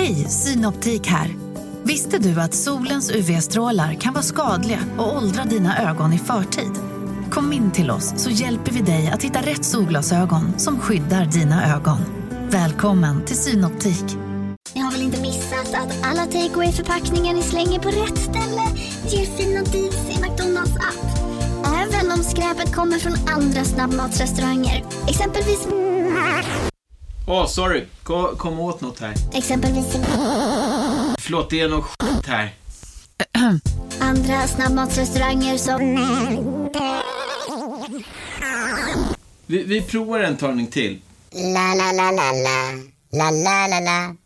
Hej, Synoptik här. Visste du att solens UV-strålar kan vara skadliga och åldra dina ögon i förtid? Kom in till oss så hjälper vi dig att hitta rätt solglasögon som skyddar dina ögon. Välkommen till Synoptik. Ni har väl inte missat att alla takeaway förpackningar ni slänger på rätt ställe ger fina deals i McDonalds app. Även om skräpet kommer från andra snabbmatsrestauranger. Exempelvis... sorry. Kom åt något här. Exempelvis... Förlåt, det är något skit här. Andra snabbmatsrestauranger som... Vi provar en talning till. La la la la la. La la la la.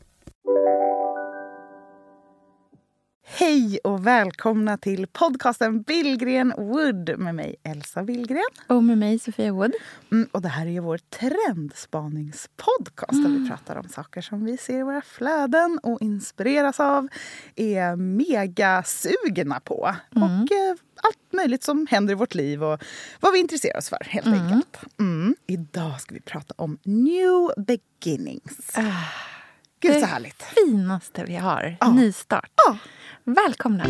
Hej och välkomna till podcasten Billgren Wood med mig Elsa Billgren. Och med mig Sofia Wood. Och det här är vår trendspaningspodcast där vi pratar om saker som vi ser i våra flöden och inspireras av, är mega sugna på. Och allt möjligt som händer i vårt liv och vad vi intresserar oss för helt enkelt. Idag ska vi prata om new beginnings. Gud, så härligt. Det finaste vi har. Nystart. Välkomna.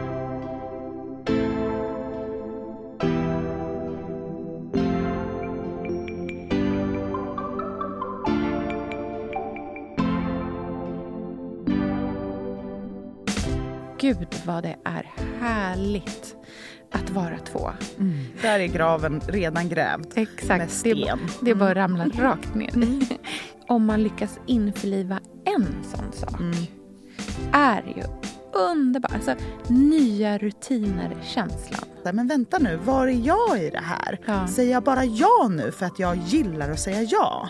Gud vad det är härligt att vara två. Där är graven redan grävd. Exakt. Med sten. Det är bara att ramla rakt ner. Om man lyckas införliva en sån sak är ju underbar. Alltså, nya rutiner-känslan. Men vänta nu, var är jag i det här? Ja. Säger jag bara ja nu för att jag gillar att säga ja?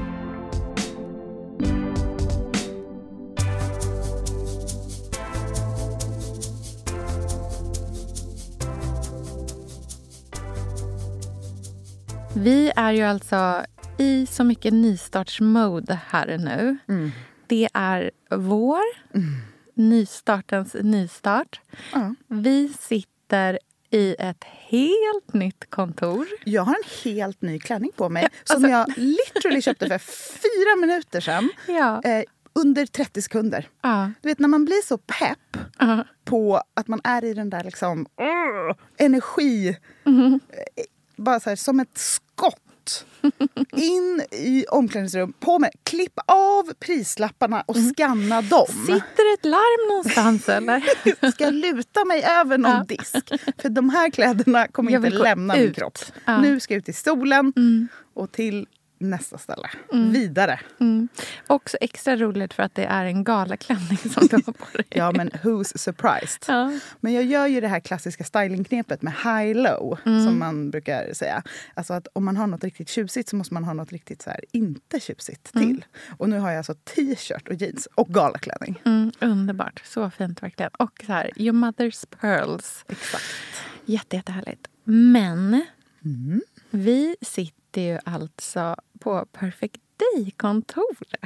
Vi är ju alltså i så mycket nystartsmode här nu. Det är vår, nystartens nystart. Vi sitter i ett helt nytt kontor. Jag har en helt ny klänning på mig som jag literally köpte för 4 minuter sedan. Ja. Under 30 sekunder. Du vet, när man blir så pepp på att man är i den där liksom energi. Bara så här, som ett skott. In i omklädningsrum, på med, klippa av prislapparna och skanna dem. Sitter ett larm någonstans eller? Ska jag luta mig över någon disk? För de här kläderna kommer inte lämna min kropp. Nu ska jag ut i solen och till nästa ställe. Vidare. Också extra roligt för att det är en galaklänning som du har på dig. Ja, men who's surprised? Men jag gör ju det här klassiska stylingknepet med high-low, som man brukar säga. Alltså att om man har något riktigt tjusigt så måste man ha något riktigt så här inte tjusigt till. Och nu har jag alltså t-shirt och jeans och galaklänning. Underbart. Så fint verkligen. Och så här, your mother's pearls. Exakt. Jättehärligt. Men vi sitter ju alltså på Perfect Day-kontoret.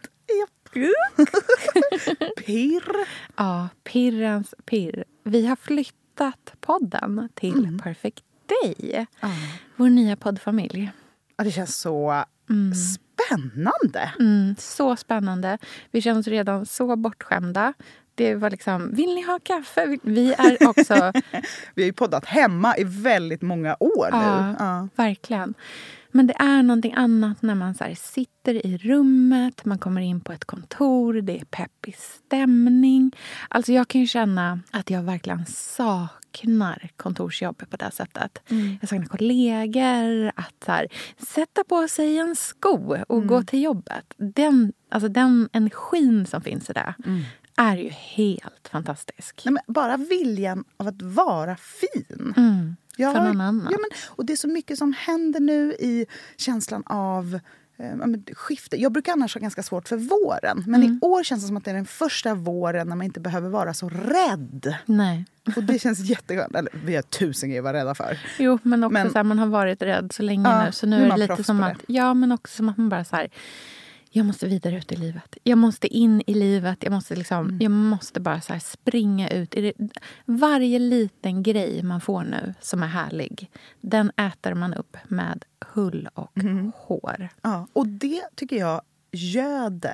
Pirr. Ja, pirrens pirr. Vi har flyttat podden till Perfect Day. Vår nya poddfamilj. Ja, det känns så spännande. Så spännande. Vi känner oss redan så bortskämda. Det var liksom, vill ni ha kaffe? Vi är också... Vi har ju poddat hemma i väldigt många år nu. Ja, verkligen. Men det är någonting annat när man så här sitter i rummet, man kommer in på ett kontor, det är peppig stämning. Alltså jag kan ju känna att jag verkligen saknar kontorsjobb på det sättet. Jag saknar kollegor, att så här, sätta på sig en sko och gå till jobbet. Den energin som finns i det är ju helt fantastisk. Nej, men bara viljan av att vara fin. För någon annan. Ja, men, och det är så mycket som händer nu i känslan av skifte. Jag brukar annars ha ganska svårt för våren. Men i år känns det som att det är den första våren när man inte behöver vara så rädd. Nej. Och det känns jätteskönt. Eller vi har 1000 grejer att vara rädda för. Jo, men också så här, man har varit rädd så länge nu. Så nu är det lite som att... Ja, men också som att man bara så här... Jag måste vidare ut i livet. Jag måste in i livet. Jag måste bara så här springa ut. Varje liten grej man får nu som är härlig, den äter man upp med hull och hår. Ja, och det tycker jag göder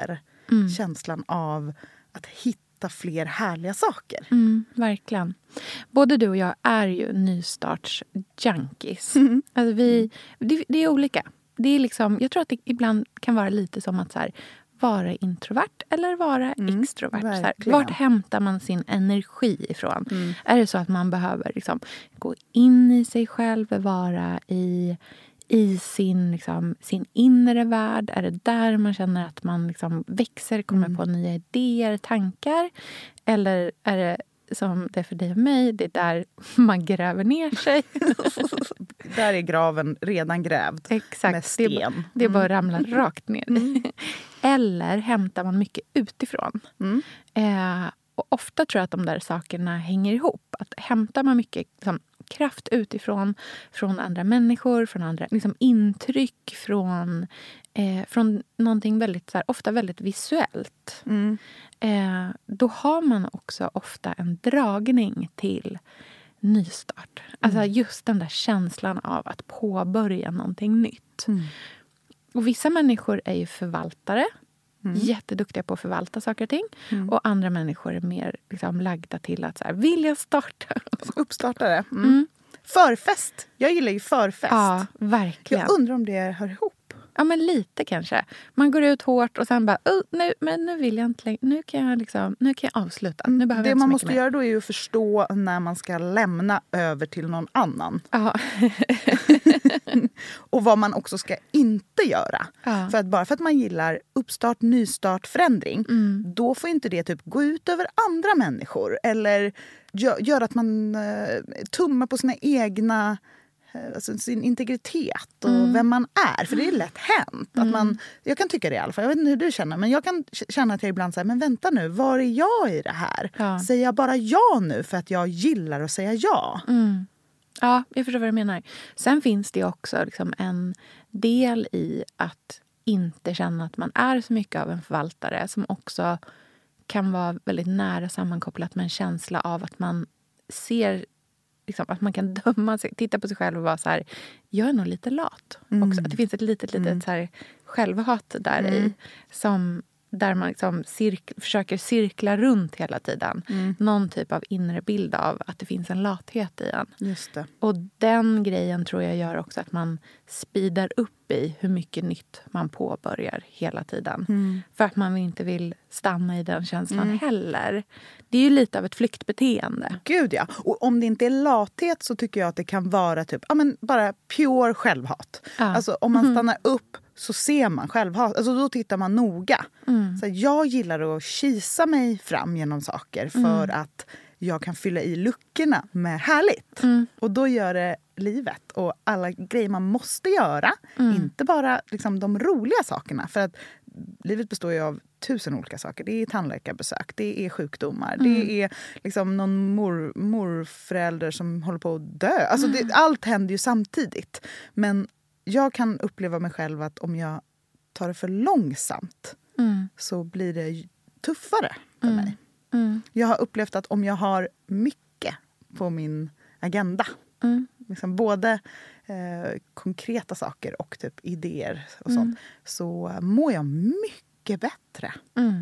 känslan av att hitta fler härliga saker. Verkligen. Både du och jag är ju nystarts-junkies. Alltså det är olika. Det är liksom, jag tror att det ibland kan vara lite som att så här, vara introvert eller vara extrovert. Så här, vart hämtar man sin energi ifrån? Är det så att man behöver liksom, gå in i sig själv, vara i sin, liksom, sin inre värld? Är det där man känner att man liksom växer, kommer på nya idéer, tankar? Eller är det som det är för dig och mig, det är där man gräver ner sig? Där är graven redan grävd. Exakt. Med sten. Det är bara att ramla rakt ner. Eller hämtar man mycket utifrån. Och ofta tror jag att de där sakerna hänger ihop. Att hämtar man mycket liksom, kraft utifrån, från andra människor, från andra liksom, intryck, från någonting väldigt, så här, ofta väldigt visuellt. Då har man också ofta en dragning till nystart. Alltså just den där känslan av att påbörja någonting nytt. Och vissa människor är ju förvaltare. Jätteduktiga på att förvalta saker och ting. Och andra människor är mer liksom, lagda till att så här, vill jag starta? Uppstartare. Förfest. Jag gillar ju förfest. Ja, verkligen. Jag undrar om det hör ihop. Ja, men lite kanske. Man går ut hårt och sen bara, nu vill jag inte längre. Nu kan jag avsluta. Nu behöver det jag inte man så måste mycket göra då är ju att förstå när man ska lämna över till någon annan. Ja. Och vad man också ska inte göra. Ja. För att bara för att man gillar uppstart, nystart, förändring, då får inte det typ gå ut över andra människor. Eller göra att man tummar på sina egna, alltså sin integritet och vem man är. För det är lätt hänt. Att jag kan tycka det i alla fall. Jag vet inte hur du känner. Men jag kan känna att jag ibland säger, men vänta nu, var är jag i det här? Ja. Säger jag bara ja nu för att jag gillar att säga ja? Ja, jag förstår vad du menar. Sen finns det också liksom en del i att inte känna att man är så mycket av en förvaltare, som också kan vara väldigt nära sammankopplat med en känsla av att man ser, liksom, att man kan döma sig, titta på sig själv och vara så här, jag är nog lite lat också. Att det finns ett litet så här självhat där i, som där man liksom försöker cirkla runt hela tiden. Någon typ av inre bild av att det finns en lathet i en. Just det. Och den grejen tror jag gör också att man speedar upp i hur mycket nytt man påbörjar hela tiden. För att man inte vill stanna i den känslan heller. Det är ju lite av ett flyktbeteende. Gud ja. Och om det inte är lathet så tycker jag att det kan vara typ, bara pure självhat. Ja. Alltså om man stannar upp så ser man självhat. Alltså då tittar man noga. Så jag gillar att kisa mig fram genom saker för att jag kan fylla i luckorna med härligt. Och då gör det livet och alla grejer man måste göra. Inte bara liksom, de roliga sakerna. För att livet består ju av 1000 olika saker. Det är tandläkarbesök, det är sjukdomar, det är liksom någon morförälder som håller på att dö. Alltså allt händer ju samtidigt. Men jag kan uppleva mig själv att om jag tar det för långsamt så blir det tuffare för mig. Jag har upplevt att om jag har mycket på min agenda, liksom både konkreta saker och typ idéer och sånt, så mår jag mycket bättre.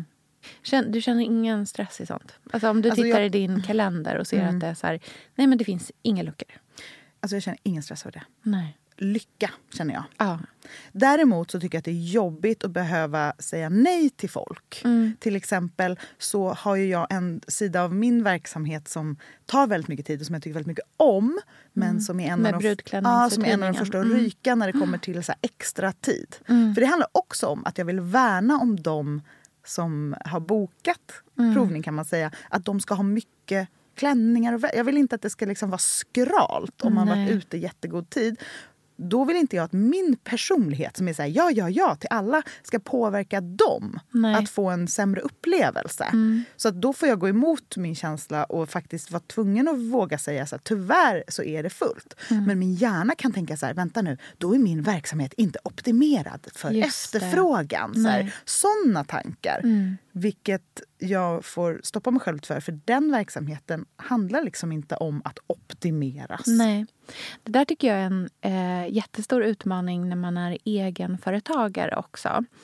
Du känner ingen stress i sånt? Alltså om du tittar i din kalender och ser att det är så här, nej men det finns inga luckor. Alltså jag känner ingen stress över det. Nej. Lycka känner jag. Ja. Däremot så tycker jag att det är jobbigt att behöva säga nej till folk. Till exempel så har ju jag en sida av min verksamhet som tar väldigt mycket tid och som jag tycker väldigt mycket om. Men som är en av de första att ryka när det kommer till så här extra tid. För det handlar också om att jag vill värna om dem som har bokat provning, kan man säga. Att de ska ha mycket klänningar. Och jag vill inte att det ska liksom vara skralt om man varit ute jättegod tid. Då vill inte jag att min personlighet som är så här, ja till alla ska påverka dem att få en sämre upplevelse. Så att då får jag gå emot min känsla och faktiskt vara tvungen att våga säga så här, tyvärr så är det fullt. Men min hjärna kan tänka så här, vänta nu, då är min verksamhet inte optimerad för efterfrågan. Sådana tankar. Vilket jag får stoppa mig själv för den verksamheten handlar liksom inte om att optimeras. Nej. Det där tycker jag är en jättestor utmaning när man är egenföretagare också.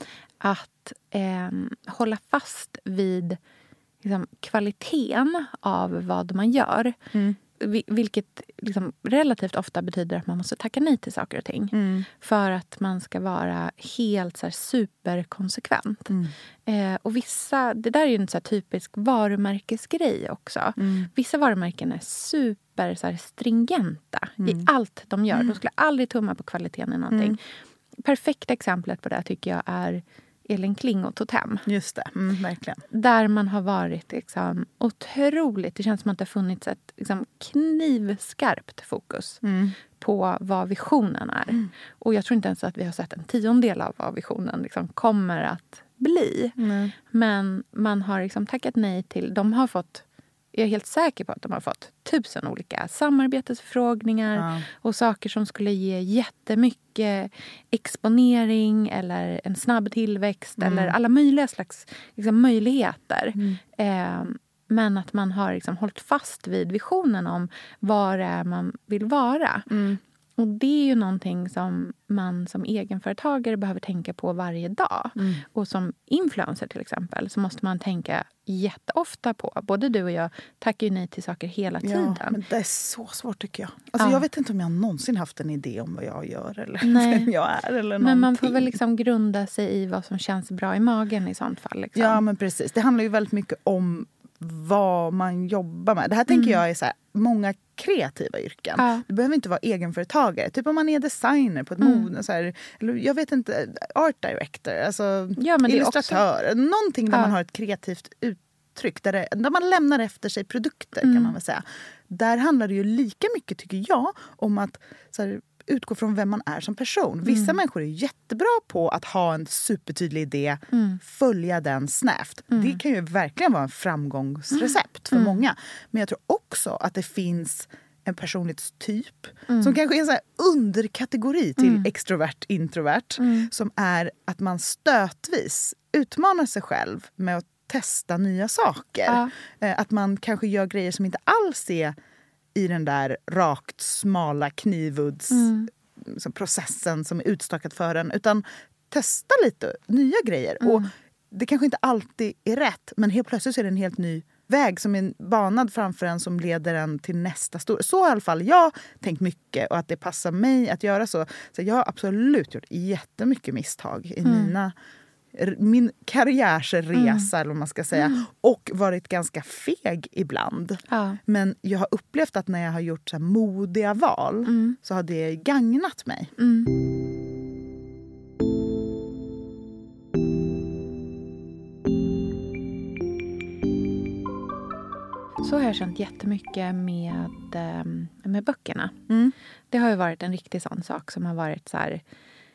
att hålla fast vid liksom, kvaliteten av vad man gör. Vilket liksom, relativt ofta betyder att man måste tacka nej till saker och ting. För att man ska vara helt så här, superkonsekvent. Och vissa, det där är ju en så här, typisk varumärkesgrej också. Vissa varumärken är super så här, stringenta i allt de gör. De skulle aldrig tumma på kvaliteten i någonting. Perfekta exemplet på det tycker jag är Elin Kling och Totem. Just det, verkligen. Där man har varit liksom, otroligt, det känns som att det har funnits ett liksom, knivskarpt fokus på vad visionen är. Och jag tror inte ens att vi har sett en 10-del av vad visionen liksom, kommer att bli. Men man har liksom, tackat nej till, de har fått, jag är helt säker på att de har fått 1000 olika samarbetsförfrågningar och saker som skulle ge jättemycket exponering eller en snabb tillväxt eller alla möjliga slags liksom, möjligheter. Men att man har liksom, hållit fast vid visionen om vad det är man vill vara. Och det är ju någonting som man som egenföretagare behöver tänka på varje dag. Och som influencer till exempel så måste man tänka jätteofta på. Både du och jag tackar ju nej till saker hela tiden. Ja, men det är så svårt tycker jag. Alltså, jag vet inte om jag någonsin haft en idé om vad jag gör eller vem jag är eller någonting. Men man får väl liksom grunda sig i vad som känns bra i magen i sånt fall. Liksom. Ja, men precis. Det handlar ju väldigt mycket om vad man jobbar med. Det här tänker jag är så här, många kreativa yrken. Du behöver inte vara egenföretagare. Typ om man är designer på ett mode. Så här, eller jag vet inte, art director. Alltså illustratör. Också någonting där man har ett kreativt uttryck. Där man lämnar efter sig produkter kan man väl säga. Där handlar det ju lika mycket tycker jag om att så här, utgå från vem man är som person. Vissa människor är jättebra på att ha en supertydlig idé, följa den snävt. Det kan ju verkligen vara en framgångsrecept för många. Men jag tror också att det finns en personlighetstyp som kanske är en sån här underkategori till extrovert, introvert. Som är att man stötvis utmanar sig själv med att testa nya saker. Att man kanske gör grejer som inte alls är i den där rakt smala knivudds processen som är utstakat för en. Utan testa lite nya grejer. Och det kanske inte alltid är rätt. Men helt plötsligt så är det en helt ny väg som är banad framför en som leder en till nästa stor. Så i alla fall jag tänkt mycket och att det passar mig att göra så. Så jag har absolut gjort jättemycket misstag i min karriärsresa eller vad man ska säga. Och varit ganska feg ibland. Men jag har upplevt att när jag har gjort så här modiga val så har det gagnat mig. Så har jag känt jättemycket med böckerna. Det har ju varit en riktig sån sak som har varit så här...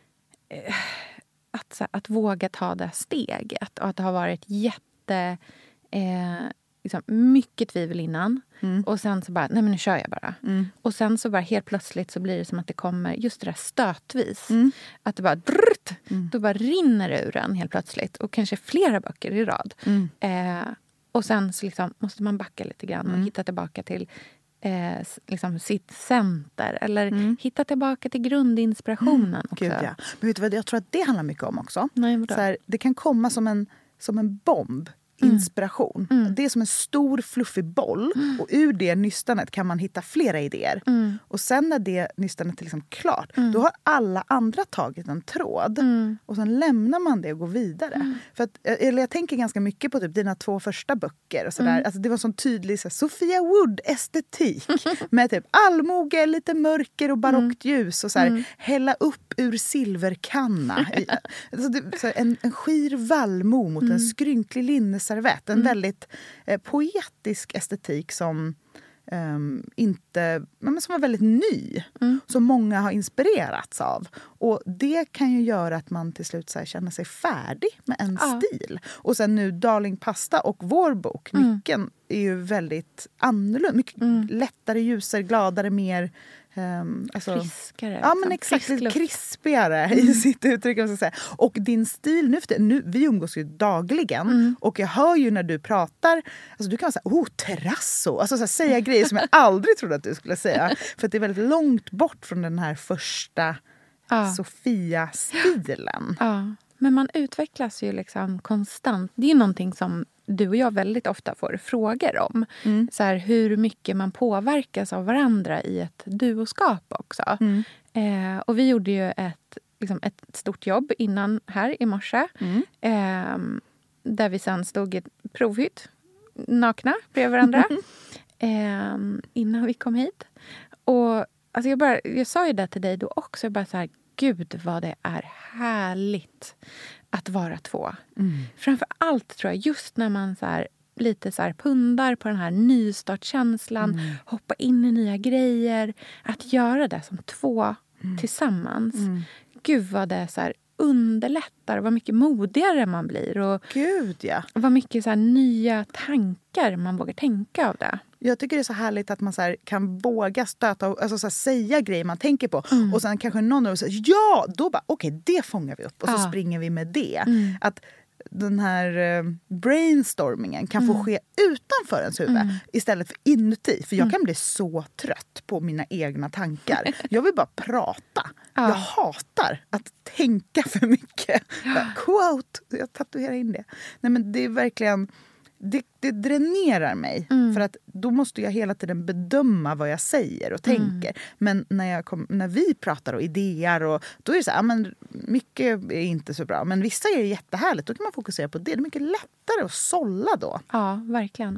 Att våga ta det steget. Och att det har varit liksom mycket tvivel innan. Och sen så bara, nej men nu kör jag bara. Och sen så bara helt plötsligt så blir det som att det kommer just det där stötvis. Att det bara, då bara rinner det ur en helt plötsligt. Och kanske flera böcker i rad. Och sen så liksom måste man backa lite grann och hitta tillbaka till liksom sitt center. Eller hitta tillbaka till grundinspirationen också. Gud, ja. Men vet du vad jag tror att det handlar mycket om också? Nej, så här, det kan komma som en bomb. Inspiration. Det är som en stor fluffig boll. Och ur det nystanet kan man hitta flera idéer. Och sen när det nystanet är liksom klart, då har alla andra tagit en tråd. Och sen lämnar man det och går vidare. För att, eller jag tänker ganska mycket på typ dina 2 första böcker. Och sådär. Alltså det var sån tydlig så här, Sophia Wood-estetik. Med typ allmoge, lite mörker och barockt ljus. Och så här, hälla upp ur silverkanna. Alltså det, så här, en skir vallmo mot en skrynklig linneservett. En väldigt poetisk estetik som som var väldigt ny. Som många har inspirerats av. Och det kan ju göra att man till slut så här, känner sig färdig med en stil. Och sen nu Darling Pasta och vår bok, Nyckeln, är ju väldigt annorlunda. Mycket lättare, ljusare, gladare, mer... friskare. Ja, men exakt. Lite krispigare i sitt uttryck. Jag ska säga. Och din stil nu, vi umgås ju dagligen. Och jag hör ju när du pratar, alltså du kan säga, terrasso. Alltså så här, säga grejer som jag aldrig trodde att du skulle säga. För att det är väldigt långt bort från den här första Sofia-stilen. Men man utvecklas ju liksom konstant. Det är någonting som du och jag väldigt ofta får frågor om. Så här, hur mycket man påverkas av varandra i ett duoskap också. Och vi gjorde ju ett stort jobb innan här i morse. Där vi sen stod i ett provhytt nakna bredvid varandra. Innan vi kom hit. Och alltså jag sa ju det till dig då också. Jag bara så här, gud vad det är härligt att vara två. Framför allt tror jag just när man så här, lite så här pundar på den här nystartkänslan. Hoppa in i nya grejer. Att göra det som två tillsammans. Gud vad det så här underlättar. Vad mycket modigare man blir. Och Gud, ja. vad mycket så här nya tankar man vågar tänka av det. Jag tycker det är så härligt att man så här kan våga stöta, alltså så här säga grejer man tänker på. Och sen kanske någon av oss säger ja, då bara okej, det fångar vi upp. Och så springer vi med det. Att den här brainstormingen kan få ske utanför ens huvud istället för inuti. För jag kan bli så trött på mina egna tankar. Jag vill bara prata. Jag hatar att tänka för mycket. Quote, jag tatuerar in det. Nej, men det är verkligen... Det dränerar mig. För att då måste jag hela tiden bedöma vad jag säger och tänker. Men när vi pratar och idéer, och då är det så här, men mycket är inte så bra. Men vissa är jättehärligt. Då kan man fokusera på det. Det är mycket lättare att sålla då. Ja, verkligen.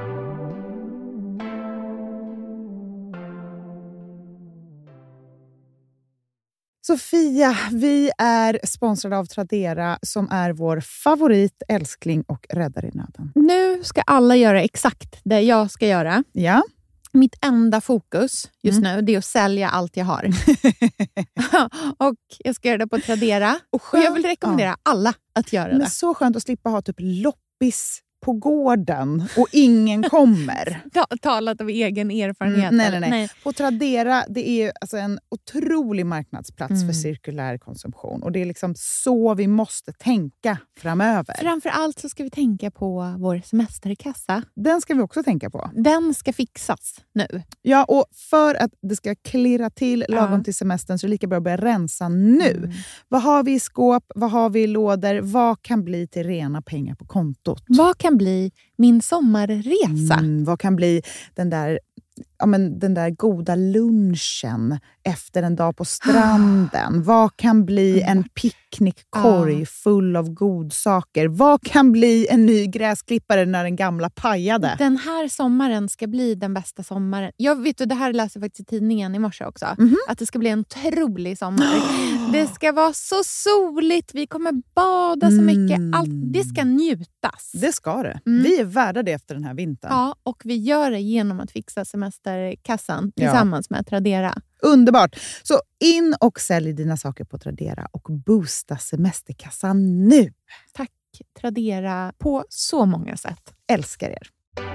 Sofia, vi är sponsrade av Tradera som är vår favorit, älskling och räddare i nöden. Nu ska alla göra exakt det jag ska göra. Ja. Mitt enda fokus just nu det är att sälja allt jag har. Och jag ska göra det på Tradera. Och jag vill rekommendera alla att göra det. Men så skönt att slippa ha typ loppis på gården och ingen kommer. Talat av egen erfarenhet. Nej. På Tradera, det är ju alltså en otrolig marknadsplats för cirkulär konsumtion. Och det är liksom så vi måste tänka framöver. Framför allt så ska vi tänka på vår semesterkassa. Den ska vi också tänka på. Den ska fixas nu. Ja, och för att det ska klirra till lagom till semestern så är det lika bra att börja rensa nu. Vad har vi i skåp? Vad har vi i lådor? Vad kan bli till rena pengar på kontot? Vad kan bli min sommarresa? Vad kan bli den där goda lunchen efter en dag på stranden? Vad kan bli en picknickkorg full av godsaker? Vad kan bli en ny gräsklippare när den gamla pajade? Den här sommaren ska bli den bästa sommaren. Jag vet, det här läste jag faktiskt i tidningen i morse också. Att det ska bli en otrolig sommar. Det ska vara så soligt. Vi kommer bada så mycket. Allt, det ska njutas. Det ska det. Vi är värda det efter den här vintern. Ja, och vi gör det genom att fixa semesterkassan tillsammans med Tradera. Underbart! Så in och sälj dina saker på Tradera och boosta semesterkassan nu. Tack Tradera på så många sätt. Älskar er.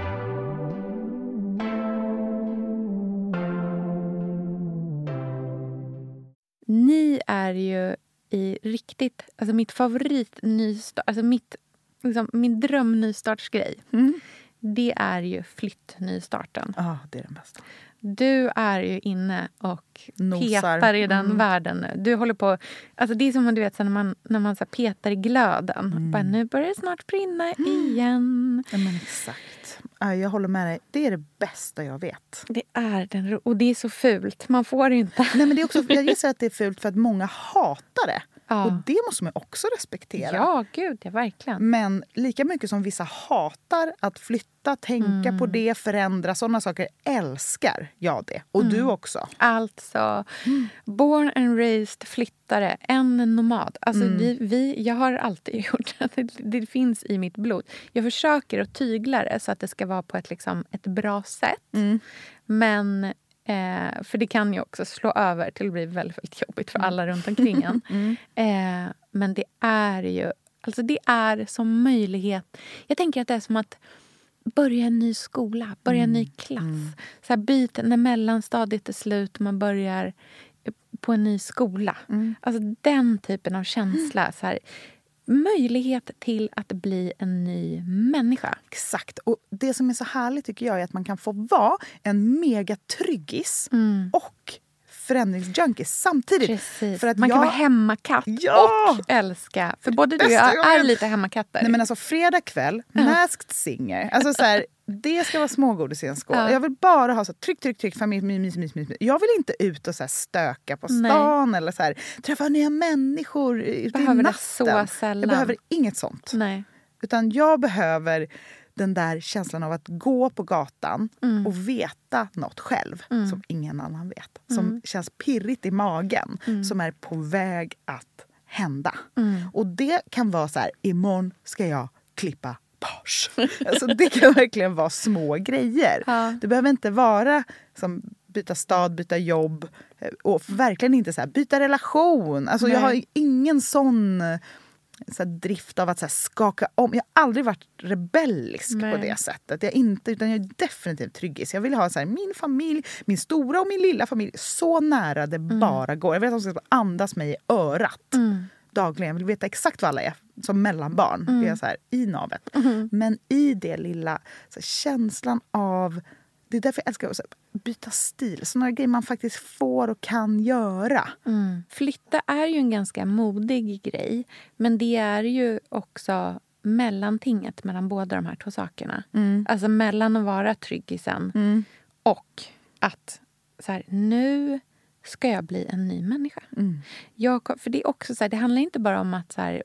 Ni är ju i riktigt, alltså mitt favorit min drömnystartsgrej. Det är ju flyttnystarten. Ja, det är den bästa. Du är ju inne och nosar. Petar i den världen nu. Du håller på, alltså det är som du vet så när man så petar i glöden. Bara, nu börjar det snart brinna igen. Ja, men exakt. Jag håller med dig. Det är det bästa jag vet. Det är den, och det är så fult. Man får inte. Nej, men det är också, jag gissar att det är fult för att många hatar det. Ja. Och det måste man också respektera. Ja, gud, ja, verkligen. Men lika mycket som vissa hatar att flytta, tänka på det, förändra, sådana saker, älskar jag det. Och du också. Alltså, born and raised flyttare, en nomad. Alltså jag har alltid gjort det finns i mitt blod. Jag försöker att tygla det så att det ska vara på ett bra sätt. Men... för det kan ju också slå över till att bli väldigt, väldigt jobbigt för alla runt omkring en. Men det är ju, alltså det är som möjlighet. Jag tänker att det är som att börja en ny skola, börja en ny klass. Så här byta när mellanstadiet är slut, man börjar på en ny skola. Alltså den typen av känsla, så här, möjlighet till att bli en ny människa. Exakt. Och det som är så härligt tycker jag är att man kan få vara en mega tryggis och förändringsjunkie samtidigt. Precis. För att man kan vara hemmakatt och älska. För både du och jag är lite hemmakatter. Nej, men alltså fredag kväll, Masked Singer. Alltså så här, det ska vara smågodis i en skål. Jag vill bara ha så tryck, familj, mys. Jag vill inte ut och så här stöka på stan eller så här, träffa nya människor ute i natten. Det så sällan. Jag behöver inget sånt. Nej. Utan jag behöver den där känslan av att gå på gatan och veta något själv som ingen annan vet. Som känns pirrigt i magen. Som är på väg att hända. Och det kan vara så här, imorgon ska jag klippa page. Alltså det kan verkligen vara små grejer. Ja. Det behöver inte vara som byta stad, byta jobb. Och verkligen inte så här, byta relation. Alltså jag har ingen sån drift av att så här skaka om. Jag har aldrig varit rebellisk på det sättet. Utan jag är definitivt tryggis. Jag vill ha så här, min familj, min stora och min lilla familj så nära det bara går. Jag vet att de ska andas mig i örat dagligen. Jag vill veta exakt vad alla är som mellanbarn. Det är så här, i navet. Men i det lilla så här, känslan av... Det är därför jag älskar att byta stil. Sådana grejer man faktiskt får och kan göra. Flytta är ju en ganska modig grej. Men det är ju också mellantinget mellan båda de här två sakerna. Alltså mellan att vara trygg i sen och att så här, nu ska jag bli en ny människa. För det är också så här, det handlar inte bara om att så här,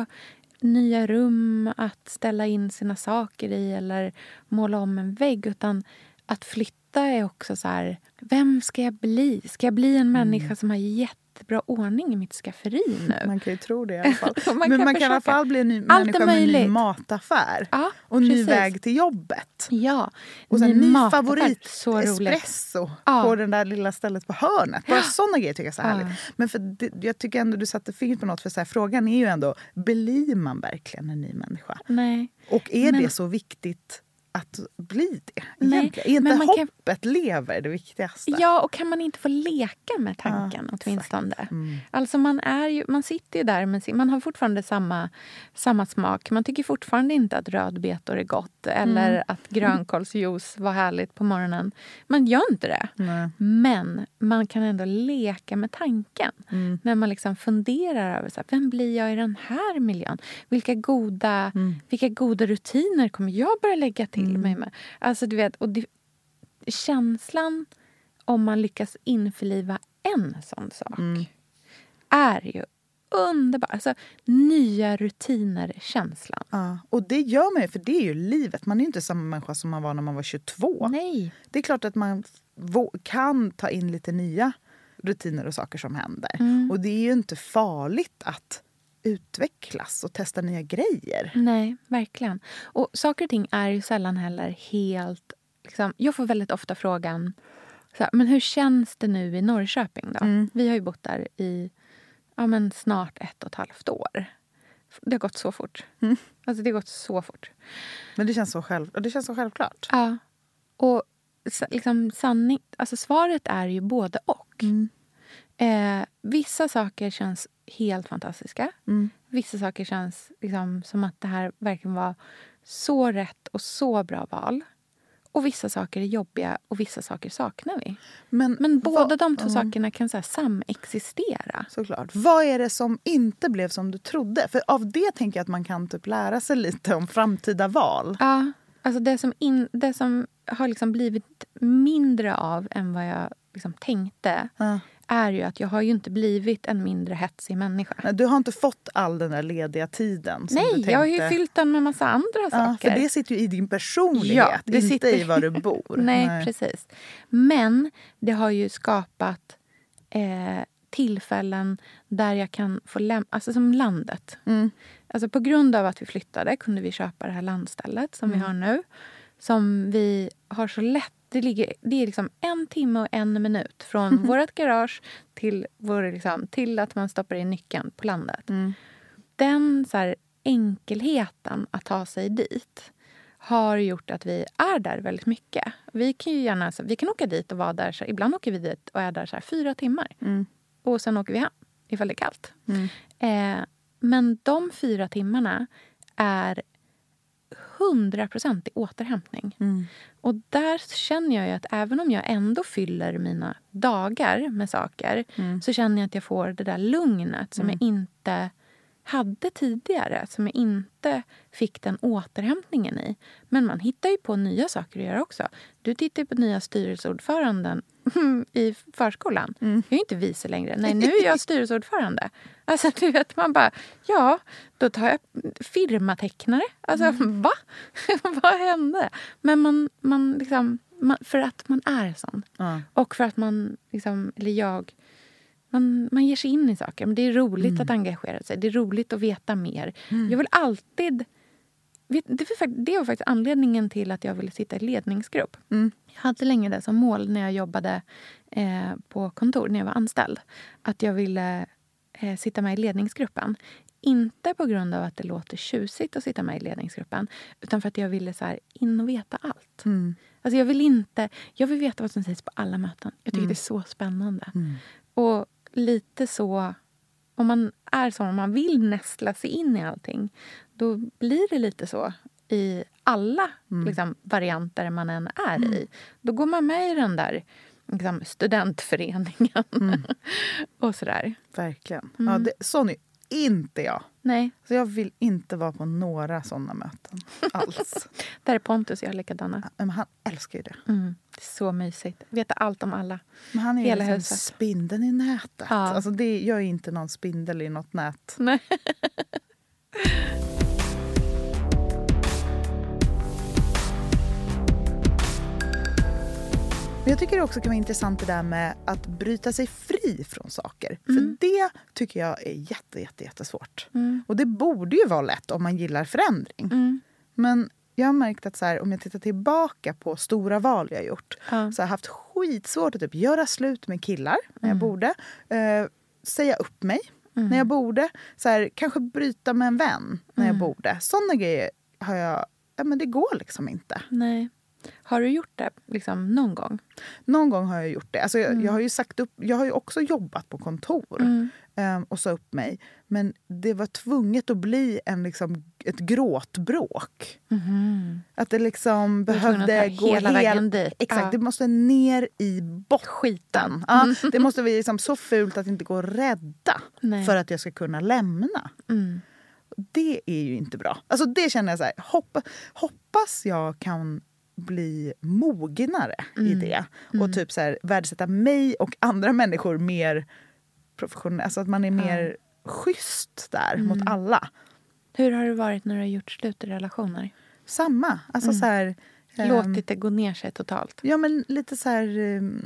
nya rum att ställa in sina saker i eller måla om en vägg, utan att flytta är också så här, vem ska jag bli? Ska jag bli en människa som har jättebra ordning i mitt skafferi nu? Man kan ju tro det i alla fall. man kan i alla fall bli en ny människa med en ny mataffär. Ja, och en ny väg till jobbet. Ja. Och sen en ny favorit så espresso på den där lilla stället på hörnet. Bara sådana grejer tycker jag är så härligt. Men jag tycker ändå du satte fingret på något, för så här, frågan är ju ändå, blir man verkligen en ny människa? Nej. Och är det så viktigt att bli det egentligen? Är inte hoppet lever det viktigaste? Ja, och kan man inte få leka med tanken åtminstone? Alltså man sitter ju där, men man har fortfarande samma smak. Man tycker fortfarande inte att rödbetor är gott eller att grönkålsjuice var härligt på morgonen. Man gör inte det. Nej. Men man kan ändå leka med tanken. När man liksom funderar över så här, vem blir jag i den här miljön? Vilka goda rutiner kommer jag börja lägga till mig med? Alltså du vet, och känslan om man lyckas införliva en sån sak är ju underbar. Alltså nya rutiner-känslan. Ja, och det gör man ju, för det är ju livet. Man är ju inte samma människa som man var när man var 22. Nej. Det är klart att man kan ta in lite nya rutiner och saker som händer. Och det är ju inte farligt att utvecklas och testa nya grejer. Nej, verkligen. Och saker och ting är ju sällan heller helt... Liksom, jag får väldigt ofta frågan, så här, men hur känns det nu i Norrköping då? Vi har ju bott där i snart 1,5 år. Det har gått så fort. Alltså det har gått så fort. Men det känns så självklart. Ja. Och liksom svaret är ju både och. Vissa saker känns helt fantastiska. Vissa saker känns liksom som att det här verkligen var så rätt och så bra val. Och vissa saker är jobbiga och vissa saker saknar vi. Men båda de två sakerna kan så här samexistera. Såklart. Vad är det som inte blev som du trodde? För av det tänker jag att man kan typ lära sig lite om framtida val. Ja, alltså det som har liksom blivit mindre av än vad jag liksom tänkte är ju att jag har ju inte blivit en mindre hetsig människa. Nej, du har inte fått all den där lediga tiden som du tänkte. Jag har ju fyllt den med massa andra saker. För det sitter ju i din personlighet, inte i var du bor. Nej, precis. Men det har ju skapat tillfällen där jag kan få alltså som landet. Alltså på grund av att vi flyttade kunde vi köpa det här landstället som vi har nu. Som vi har så lätt. Det är liksom 1 timme och 1 minut från vårt garage till att man stoppar in nyckeln på landet. Den så här enkelheten att ta sig dit har gjort att vi är där väldigt mycket. Vi kan åka dit och vara där. Så ibland åker vi dit och är där så här 4 timmar. Och sen åker vi hem ifall det är kallt. Men de 4 timmarna är 100% i återhämtning. Och där känner jag ju att även om jag ändå fyller mina dagar med saker så känner jag att jag får det där lugnet som jag inte hade tidigare, som jag inte fick den återhämtningen i. Men man hittar ju på nya saker att göra också. Du tittar ju på nya styrelseordföranden i förskolan. Jag är ju inte vice längre. Nej, nu är jag styrelseordförande. Alltså, du vet, man bara, ja, då tar jag firmatecknare. Alltså, va? Vad hände? Men man liksom, för att man är sån. Och för att man, liksom, eller jag... Man ger sig in i saker. Men det är roligt att engagera sig. Det är roligt att veta mer. Jag vill alltid... Det var faktiskt anledningen till att jag ville sitta i ledningsgrupp. Jag hade länge det som mål när jag jobbade på kontor, när jag var anställd. Att jag ville sitta med i ledningsgruppen. Inte på grund av att det låter tjusigt att sitta med i ledningsgruppen. Utan för att jag ville så här, in och veta allt. Alltså jag vill veta vad som sägs på alla möten. Jag tycker det är så spännande. Och lite så, om man är så, om man vill nästla sig in i allting, då blir det lite så i alla liksom, varianter man än är i. Då går man med i den där liksom, studentföreningen och sådär. Verkligen. Ja, sån är inte jag. Nej. Så jag vill inte vara på några sådana möten alls. Där är Pontus och jag likadana. Men han älskar ju det. Det är så mysigt. Veta allt om alla. Men han är hela liksom huset. Spindeln i nätet. Ja. Alltså jag är inte någon spindel i något nät. Nej. Men jag tycker det också kan vara intressant det där med att bryta sig fri från saker. För det tycker jag är jättesvårt. Och det borde ju vara lätt om man gillar förändring. Men jag har märkt att så här, om jag tittar tillbaka på stora val jag har gjort. Så har jag haft skitsvårt att typ göra slut med killar när jag borde. Säga upp mig när jag borde. Så här, kanske bryta med en vän när jag borde. Sådana grejer har jag... Ja, men det går liksom inte. Nej. Har du gjort det liksom någon gång? Någon gång har jag gjort det. Alltså jag har ju sagt upp, jag har ju också jobbat på kontor och sa upp mig. Men det var tvunget att bli ett gråtbråk. Att det liksom behövde gå hela vägen dit. Exakt, det måste ner i botten. Ja, det måste vara liksom så fult att det inte går att rädda för att jag ska kunna lämna. Det är ju inte bra. Alltså det känner jag så här, hoppas jag kan bli mognare i det. Och typ så här, värdesätta mig och andra människor mer professionellt. Alltså att man är mer schysst där mot alla. Hur har det varit när du har gjort slut i relationer? Samma. Alltså så här... Låtit det gå ner sig totalt? Ja, men lite så här...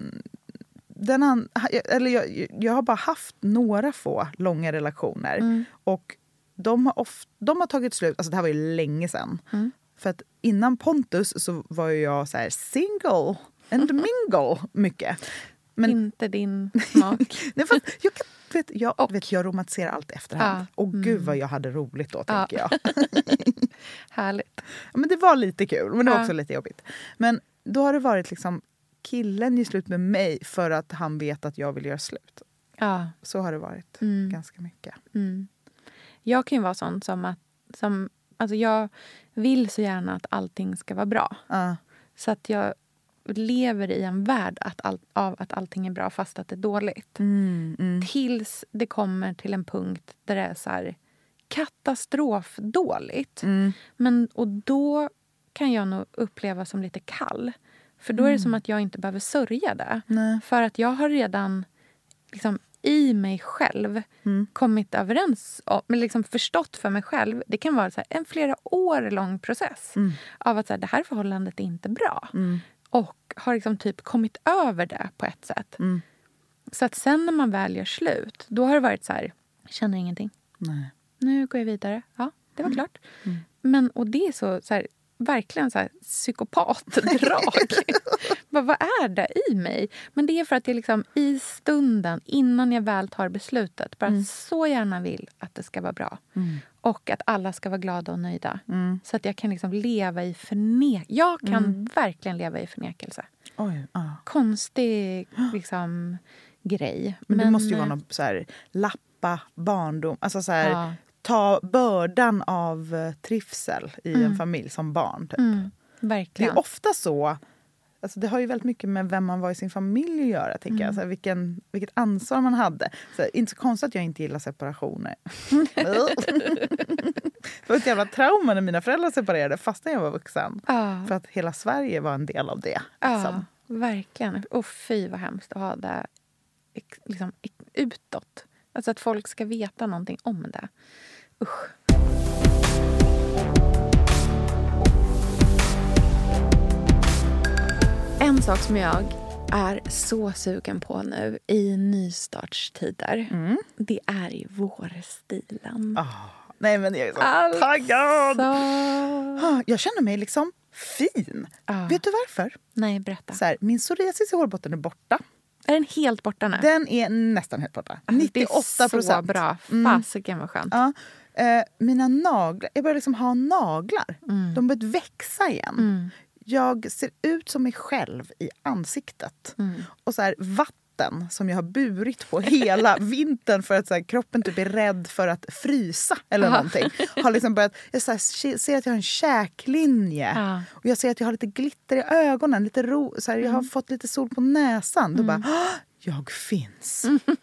Jag har bara haft några få långa relationer. Och de har tagit slut... Alltså det här var ju länge sedan. För att innan Pontus så var jag så här single and mingle mycket. Men, inte din smak. Nej, fast jag romantiserar allt efterhand. Och gud vad jag hade roligt då, tänker jag. Härligt. Ja, men det var lite kul, men det var också lite jobbigt. Men då har det varit liksom, killen ger slut med mig för att han vet att jag vill göra slut. Ja. Så har det varit ganska mycket. Jag kan ju vara sån alltså jag vill så gärna att allting ska vara bra. Så att jag lever i en värld av att allting är bra fast att det är dåligt. Tills det kommer till en punkt där det är så här katastrofdåligt. Och då kan jag nog uppleva som lite kall. För då är det som att jag inte behöver sörja det. Nej. För att jag har redan liksom i mig själv kommit överens om, men liksom förstått för mig själv. Det kan vara så här, en flera år lång process av att så här, det här förhållandet är inte bra. Och har liksom typ kommit över det på ett sätt. Så att sen när man väl gör slut, då har det varit så här, jag känner ingenting. Nej. Nu går jag vidare. Ja, det var klart. Men, och det är så här, verkligen så här psykopatdrag. Vad är det i mig? Men det är för att jag liksom i stunden, innan jag väl tar beslutet, bara så gärna vill att det ska vara bra. Och att alla ska vara glada och nöjda. Så att jag kan liksom leva i Jag kan verkligen leva i förnekelse. Oj, konstig liksom grej. Men det måste ju vara något så här lappa barndom. Alltså så här ta bördan av trivsel i en familj som barn. Typ. Verkligen. Det är ofta så. Alltså det har ju väldigt mycket med vem man var i sin familj att göra, tänker jag. Så här, vilket ansvar man hade. Så här, inte så konstigt att jag inte gillar separationer. Det var ett jävla trauma när mina föräldrar separerade fast jag var vuxen. För att hela Sverige var en del av det. Liksom. Verkligen. Och fy vad hemskt att ha det liksom, utåt. Alltså att folk ska veta någonting om det. Usch. En sak som jag är så sugen på nu i nystartstider, det är ju vårstilen. Nej, men jag är så taggad! Jag känner mig liksom fin. Vet du varför? Nej, berätta. Så här, min psoriasis i hårbotten är borta. Är den helt borta nu? Den är nästan helt borta. 98%. Det är så bra. Fasiken vad skönt. Ja. Mina naglar, jag börjar liksom ha naglar. De börjar växa igen. Jag ser ut som mig själv i ansiktet. Och så här, vatten som jag har burit på hela vintern för att så här, kroppen typ är rädd för att frysa eller någonting. Har liksom börjat, jag så här, ser att jag har en käklinje. Och jag ser att jag har lite glitter i ögonen. Lite så här, jag har fått lite sol på näsan. Då bara, jag finns.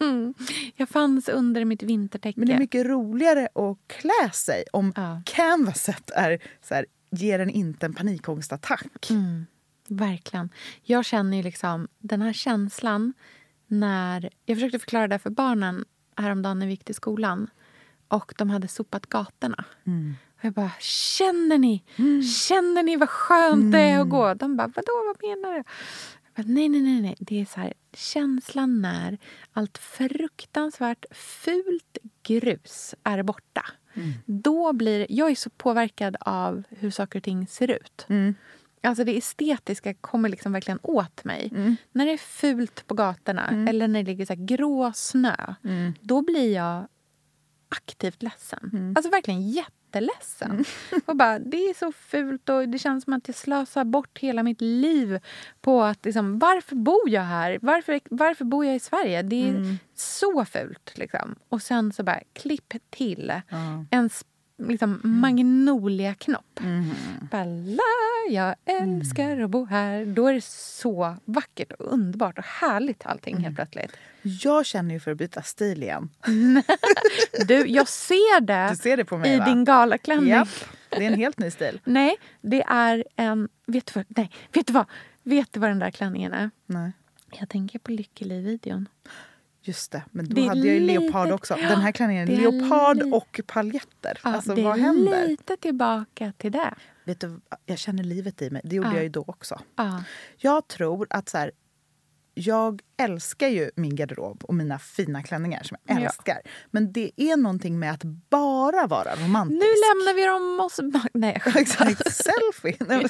Jag fanns under mitt vintertäcke. Men det är mycket roligare att klä sig om canvaset är så här, ger en inte en panikångestattack. Verkligen. Jag känner ju liksom den här känslan när... Jag försökte förklara det för barnen häromdagen när vi gick till skolan. Och de hade sopat gatorna. Och jag bara, känner ni? Känner ni vad skönt det är att gå? De bara, vadå, vad menar du? Jag bara, nej. Det är så här, känslan när allt fruktansvärt fult grus är borta. Då blir... Jag är så påverkad av hur saker och ting ser ut. Alltså det estetiska kommer liksom verkligen åt mig. När det är fult på gatorna eller när det ligger så här grå snö, då blir jag aktivt ledsen. Alltså verkligen jätteledsen. Och bara, det är så fult och det känns som att jag slösar bort hela mitt liv på att liksom, varför bor jag här? Varför bor jag i Sverige? Det är så fult liksom. Och sen så bara klipp till en liksom magnolia-knopp. Bara, jag älskar att bo här. Då är det så vackert och underbart och härligt allting helt plötsligt. Jag känner ju för att byta stil igen. Du, jag ser det, du ser det på mig, i din galaklänning. Japp, det är en helt ny stil. Nej, det är en... Vet du vad den där klänningen är? Nej. Jag tänker på Lykkeli-videon. Just det, men då hade jag ju leopard också. Den här klänningen är leopard och paljetter. Ja, alltså, det vad händer? är lite tillbaka till det. Vet du, jag känner livet i mig. Det gjorde jag ju då också. Ja. Jag tror att så här, jag älskar ju min garderob och mina fina klänningar som jag älskar. Men det är någonting med att bara vara romantisk. Nu lämnar vi dem oss... Nej, exakt. Selfie.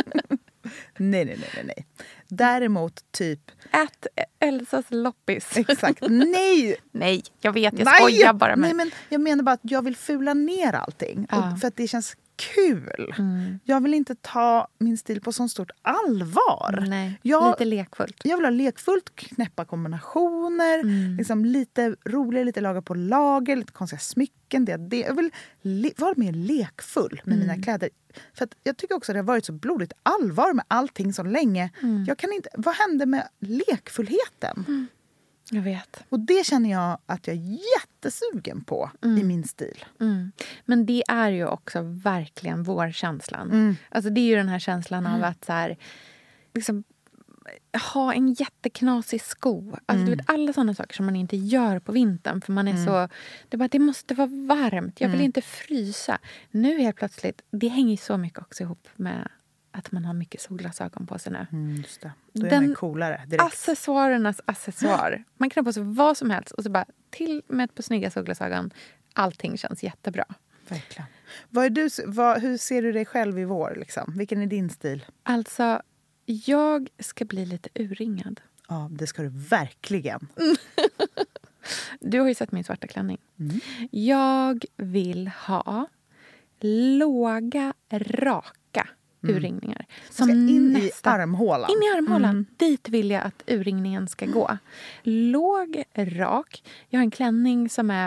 Nej. Däremot typ... Ät Elsas loppis. Exakt. Nej! Nej, jag vet. Jag skojar bara. Nej, men jag menar bara att jag vill fula ner allting. Och för att det känns kul. Jag vill inte ta min stil på så stort allvar. Nej, lite lekfullt. Jag vill ha lekfullt, knäppa kombinationer. Liksom lite roligare, lite lager på lager. Lite konstiga smycken. Jag vill vara mer lekfull med mina kläder. För att jag tycker också att det har varit så blodigt allvar med allting så länge. Jag kan inte... Vad hände med lekfullheten? Jag vet. Och det känner jag att jag är jättesugen på i min stil. Men det är ju också verkligen vårkänslan. Alltså det är ju den här känslan av att så här, liksom, ha en jätteknasig sko. Alltså du vet, alla sådana saker som man inte gör på vintern. För man är så... Det måste vara varmt. Jag vill inte frysa. Nu helt plötsligt... Det hänger så mycket också ihop med att man har mycket solglasögon på sig nu. Just det. Då är man coolare direkt. Accessoarernas accessoar. Man kan ha på sig vad som helst. Och så bara till med ett par snygga solglasögon. Allting känns jättebra. Verkligen. Hur ser du dig själv i vår? Liksom? Vilken är din stil? Alltså, jag ska bli lite urringad. Ja, det ska du verkligen. Du har ju sett min svarta klänning. Jag vill ha låga, raka urringningar. Som in i armhålan. In i armhålan. Dit vill jag att urringningen ska gå. Låg, rak. Jag har en klänning som är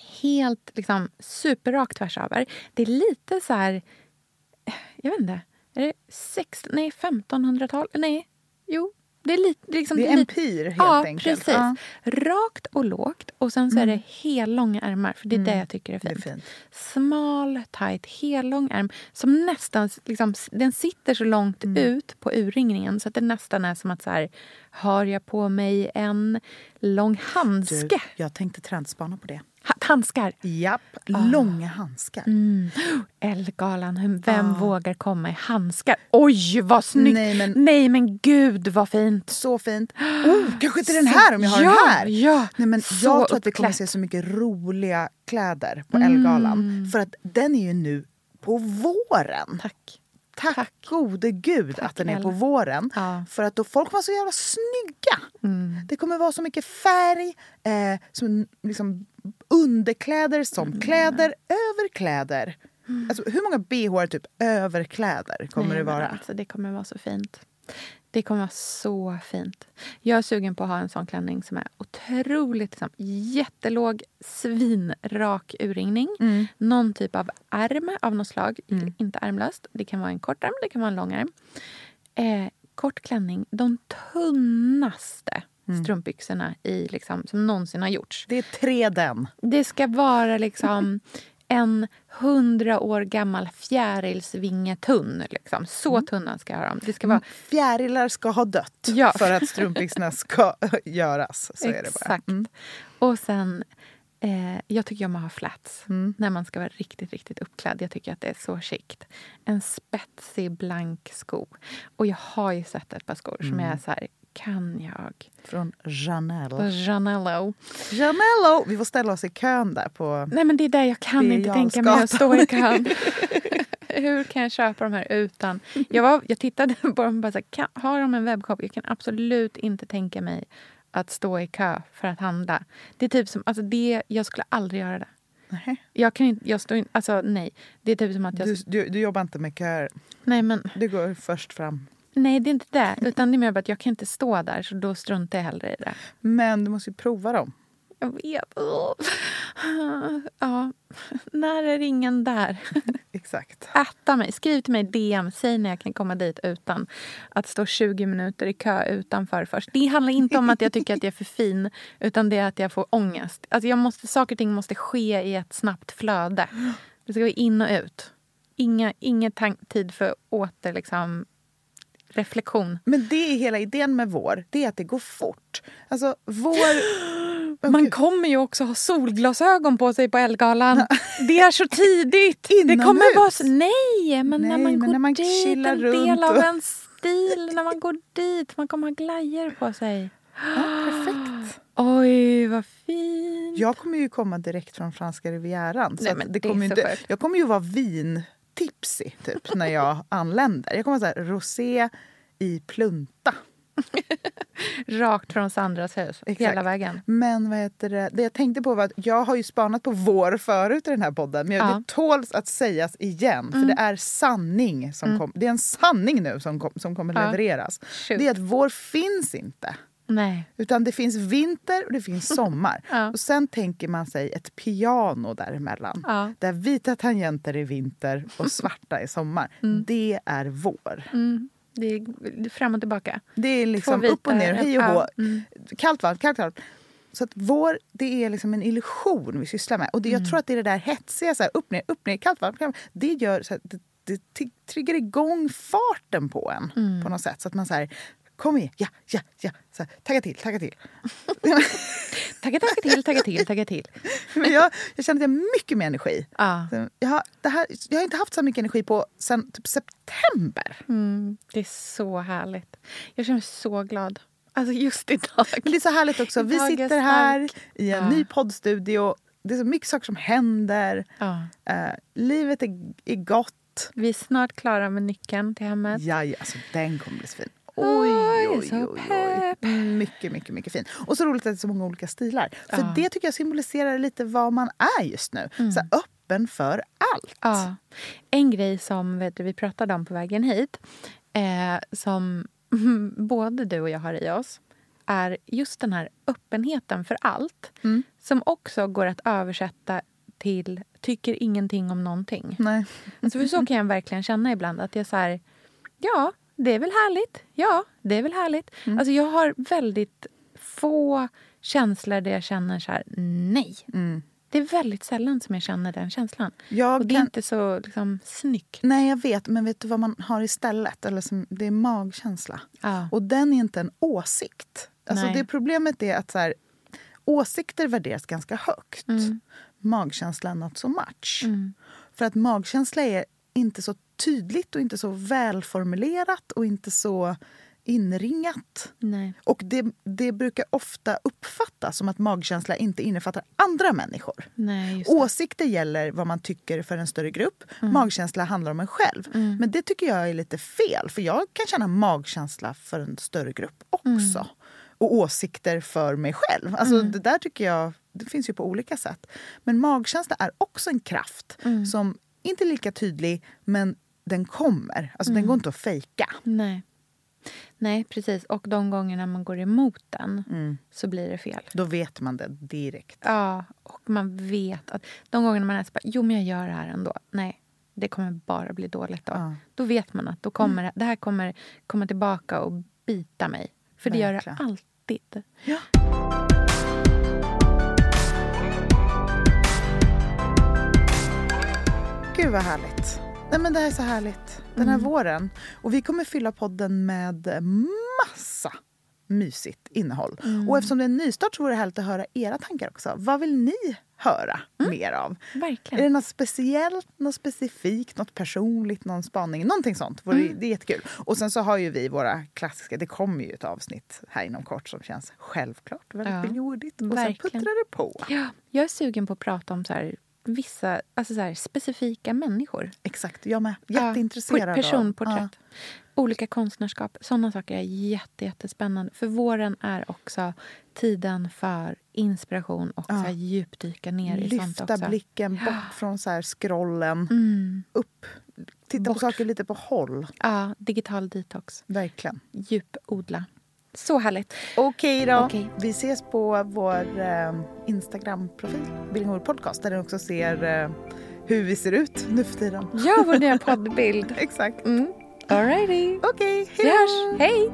helt liksom superrakt tvärs över. Det är lite så här, jag vet inte, är det 1500-tal? Nej, jo. Det är lite, liksom, det är empir helt enkelt. Precis. Ja, precis. Rakt och lågt. Och sen så är det hellånga ärmar. För det är det jag tycker är fint. Det är fint. Smal, tight, hellång ärm. Som nästan, liksom, den sitter så långt ut på urringningen. Så att det nästan är som att så här, har jag på mig en lång handske? Du, jag tänkte trendspana på det. Handskar? Japp, långa handskar. Ellegalan, vem vågar komma i handskar? Oj, vad snyggt! Nej men gud, vad fint! Så fint. Kanske inte den här om jag har den här. Ja, nej, men jag tror att vi kommer se så mycket roliga kläder på Ellegalan. För att den är ju nu på våren. Tack gode gud att den är på våren. Ja. För att då folk var så jävla snygga. Det kommer vara så mycket färg. Som liksom underkläder som kläder, överkläder. Alltså, hur många BH typ överkläder kommer det vara? Alltså, det kommer vara så fint. Det kommer vara så fint. Jag är sugen på att ha en sån klänning som är otroligt liksom, jättelåg, svinrak urringning. Någon typ av ärm av något slag. Inte ärmlöst. Det kan vara en kort ärm, det kan vara en lång ärm. Kort klänning. De tunnaste strumpbyxorna i, liksom, som någonsin har gjorts. Det är 3 den. Det ska vara liksom en 100 år gammal fjärilsvingetunn. Liksom. Så tunna ska jag ha dem. Det ska vara... Fjärilar ska ha dött för att strumpbyxorna ska göras. Så är det bara. Exakt. Och sen, jag tycker om att ha flats. När man ska vara riktigt, riktigt uppklädd. Jag tycker att det är så chict. En spetsig, blank sko. Och jag har ju sett ett par skor som jag är så här... Kan jag? Från Janello. Janello. Vi får ställa oss i kön där på... Nej, men det är där jag kan inte tänka mig att stå i kön. Hur kan jag köpa de här utan? Jag tittade på dem och bara så här, har de en webbshop? Jag kan absolut inte tänka mig att stå i kö för att handla. Det är typ som, alltså jag skulle aldrig göra det. Nej. Jag kan inte, jag står in, alltså nej. Det är typ som att du jobbar inte med köer. Nej, men... Du går först fram. Nej, det är inte det. Utan det är mer bara att jag kan inte stå där. Så då struntar jag hellre i det. Men du måste ju prova dem. Jag vet. Ja. När är ingen där? Exakt. Äta mig. Skriv till mig DM. Säg när jag kan komma dit utan att stå 20 minuter i kö utanför först. Det handlar inte om att jag tycker att jag är för fin. Utan det är att jag får ångest. Alltså saker och ting måste ske i ett snabbt flöde. Det ska gå in och ut. Ingen tid för åter liksom... reflektion. Men det är hela idén med vår. Det är att det går fort. Alltså Man kommer ju också ha solglasögon på sig på Ellegalan. Det är så tidigt. Inomhus. Det kommer vara så... Nej, men när man går man dit, en del runt av en stil. När man går dit, man kommer ha glajjor på sig. Ja, perfekt. Oj, vad fint. Jag kommer ju komma direkt från franska rivieran. Så nej, jag kommer ju vara vintipsy typ när jag anländer. Jag kommer så här rosé i plunta. Rakt från Sandras hus. Exakt. Hela vägen. Men vad heter det? Det jag tänkte på var att jag har ju spanat på vår förut i den här podden. Men det tåls att sägas igen. För det är sanning som det är en sanning nu som kommer levereras. Shoot. Det är att vår finns inte. Nej. Utan det finns vinter och det finns sommar. Och sen tänker man sig ett piano däremellan. Där vita tangenter är vinter och svarta är sommar. Det är vår. Det är fram och tillbaka. Det är liksom upp och ner, hej och hå. Kallt varmt, kallt. Så att vår, det är liksom en illusion vi sysslar med. Och jag tror att det är det där hetsiga, så här, upp ner, kallt varmt. Det gör så att det triggar igång farten på en på något sätt. Så att man så här, kom igen, ja. Så här, tagga till. tagga till. Men jag känner att jag har mycket mer energi. Jag har inte haft så mycket energi på sen typ september. Det är så härligt. Jag känner mig så glad. Alltså just idag. Men det är så härligt också. Vi sitter här i en ny poddstudio. Det är så mycket saker som händer. Livet är gott. Vi är snart klara med nyckeln till hemmet. Ja, alltså den kommer bli så fin. Oj. Mycket fin. Och så roligt att det är så många olika stilar. För det tycker jag symboliserar lite vad man är just nu. Så öppen för allt. En grej som vi pratade om på vägen hit. Som både du och jag har i oss. är just den här öppenheten för allt. Som också går att översätta till tycker ingenting om någonting. Nej. Alltså för så kan jag verkligen känna ibland att jag så här, ja, det är väl härligt. Ja, det är väl härligt. Alltså jag har väldigt få känslor där jag känner så här, nej. Det är väldigt sällan som jag känner den känslan. Och det är inte så liksom snyggt. Nej, jag vet. Men vet du vad man har istället? Eller det är magkänsla. Ja. Och den är inte en åsikt. Alltså det problemet är att så här, åsikter värderas ganska högt. Magkänsla not so much. För att magkänsla är inte så tydligt och inte så välformulerat och inte så inringat. Nej. Och det brukar ofta uppfattas som att magkänsla inte innefattar andra människor. Nej, just det. Åsikter gäller vad man tycker för en större grupp. Magkänsla handlar om en själv. Men det tycker jag är lite fel. För jag kan känna magkänsla för en större grupp också. Och åsikter för mig själv. Alltså det där tycker jag, det finns ju på olika sätt. Men magkänsla är också en kraft som inte är lika tydlig, men den kommer. Alltså den går inte att fejka. Nej, precis. Och de gångerna man går emot den så blir det fel. Då vet man det direkt. Ja, och man vet att de gångerna man är så bara, jo men jag gör det här ändå. Nej, det kommer bara bli dåligt då. Ja. Då vet man att då kommer det här kommer komma tillbaka och bita mig. För det gör det alltid. Ja. Gud vad härligt. Nej, men det här är så härligt. Den här våren. Och vi kommer fylla podden med massa mysigt innehåll. Och eftersom det är en nystart så vore det härligt att höra era tankar också. Vad vill ni höra mer av? Verkligen. Är det något speciellt, något specifikt, något personligt, någon spaning? Någonting sånt. Det är jättekul. Och sen så har ju vi våra klassiska, det kommer ju ett avsnitt här inom kort som känns självklart väldigt biljordigt. Och sen puttrar det på. Ja, jag är sugen på att prata om så här vissa, alltså så här, specifika människor. Exakt, jag med. Jätteintresserad personporträtt. Olika konstnärskap. Sådana saker är jättespännande. För våren är också tiden för inspiration och så här djupdyka ner i sånt också. Lyfta blicken bort från så här scrollen. Upp. Titta på saker lite på håll. Ja, digital detox. Verkligen. Djupodla. Så härligt. Okej då. Vi ses på vår Instagram-profil, Billingor podcast, där ni också ser hur vi ser ut nu för tiden. Ja, vår nya poddbild. Exakt. All righty. Okej, hej då. Hej.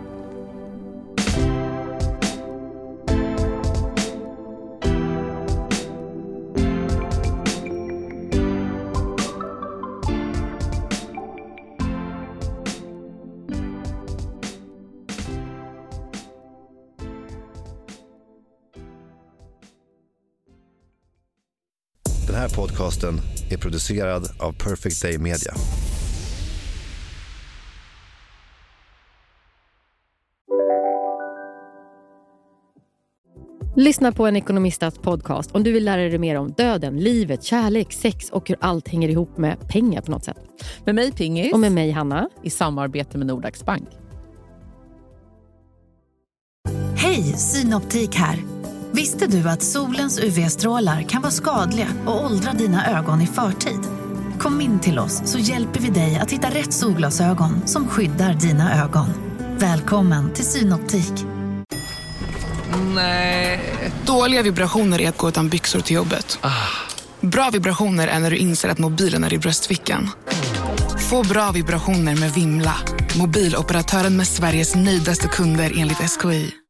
Den här podcasten är producerad av Perfect Day Media. Lyssna på en ekonomistats podcast om du vill lära dig mer om döden, livet, kärlek, sex och hur allt hänger ihop med pengar på något sätt. Med mig Pingis. Och med mig Hanna. I samarbete med Nordax Bank. Hej, Synoptik här. Visste du att solens UV-strålar kan vara skadliga och åldra dina ögon i förtid? Kom in till oss så hjälper vi dig att hitta rätt solglasögon som skyddar dina ögon. Välkommen till Synoptik. Nej. Dåliga vibrationer är att gå utan byxor till jobbet. Bra vibrationer är när du inser att mobilen är i bröstfickan. Få bra vibrationer med Vimla. Mobiloperatören med Sveriges nöjdaste kunder enligt SKI.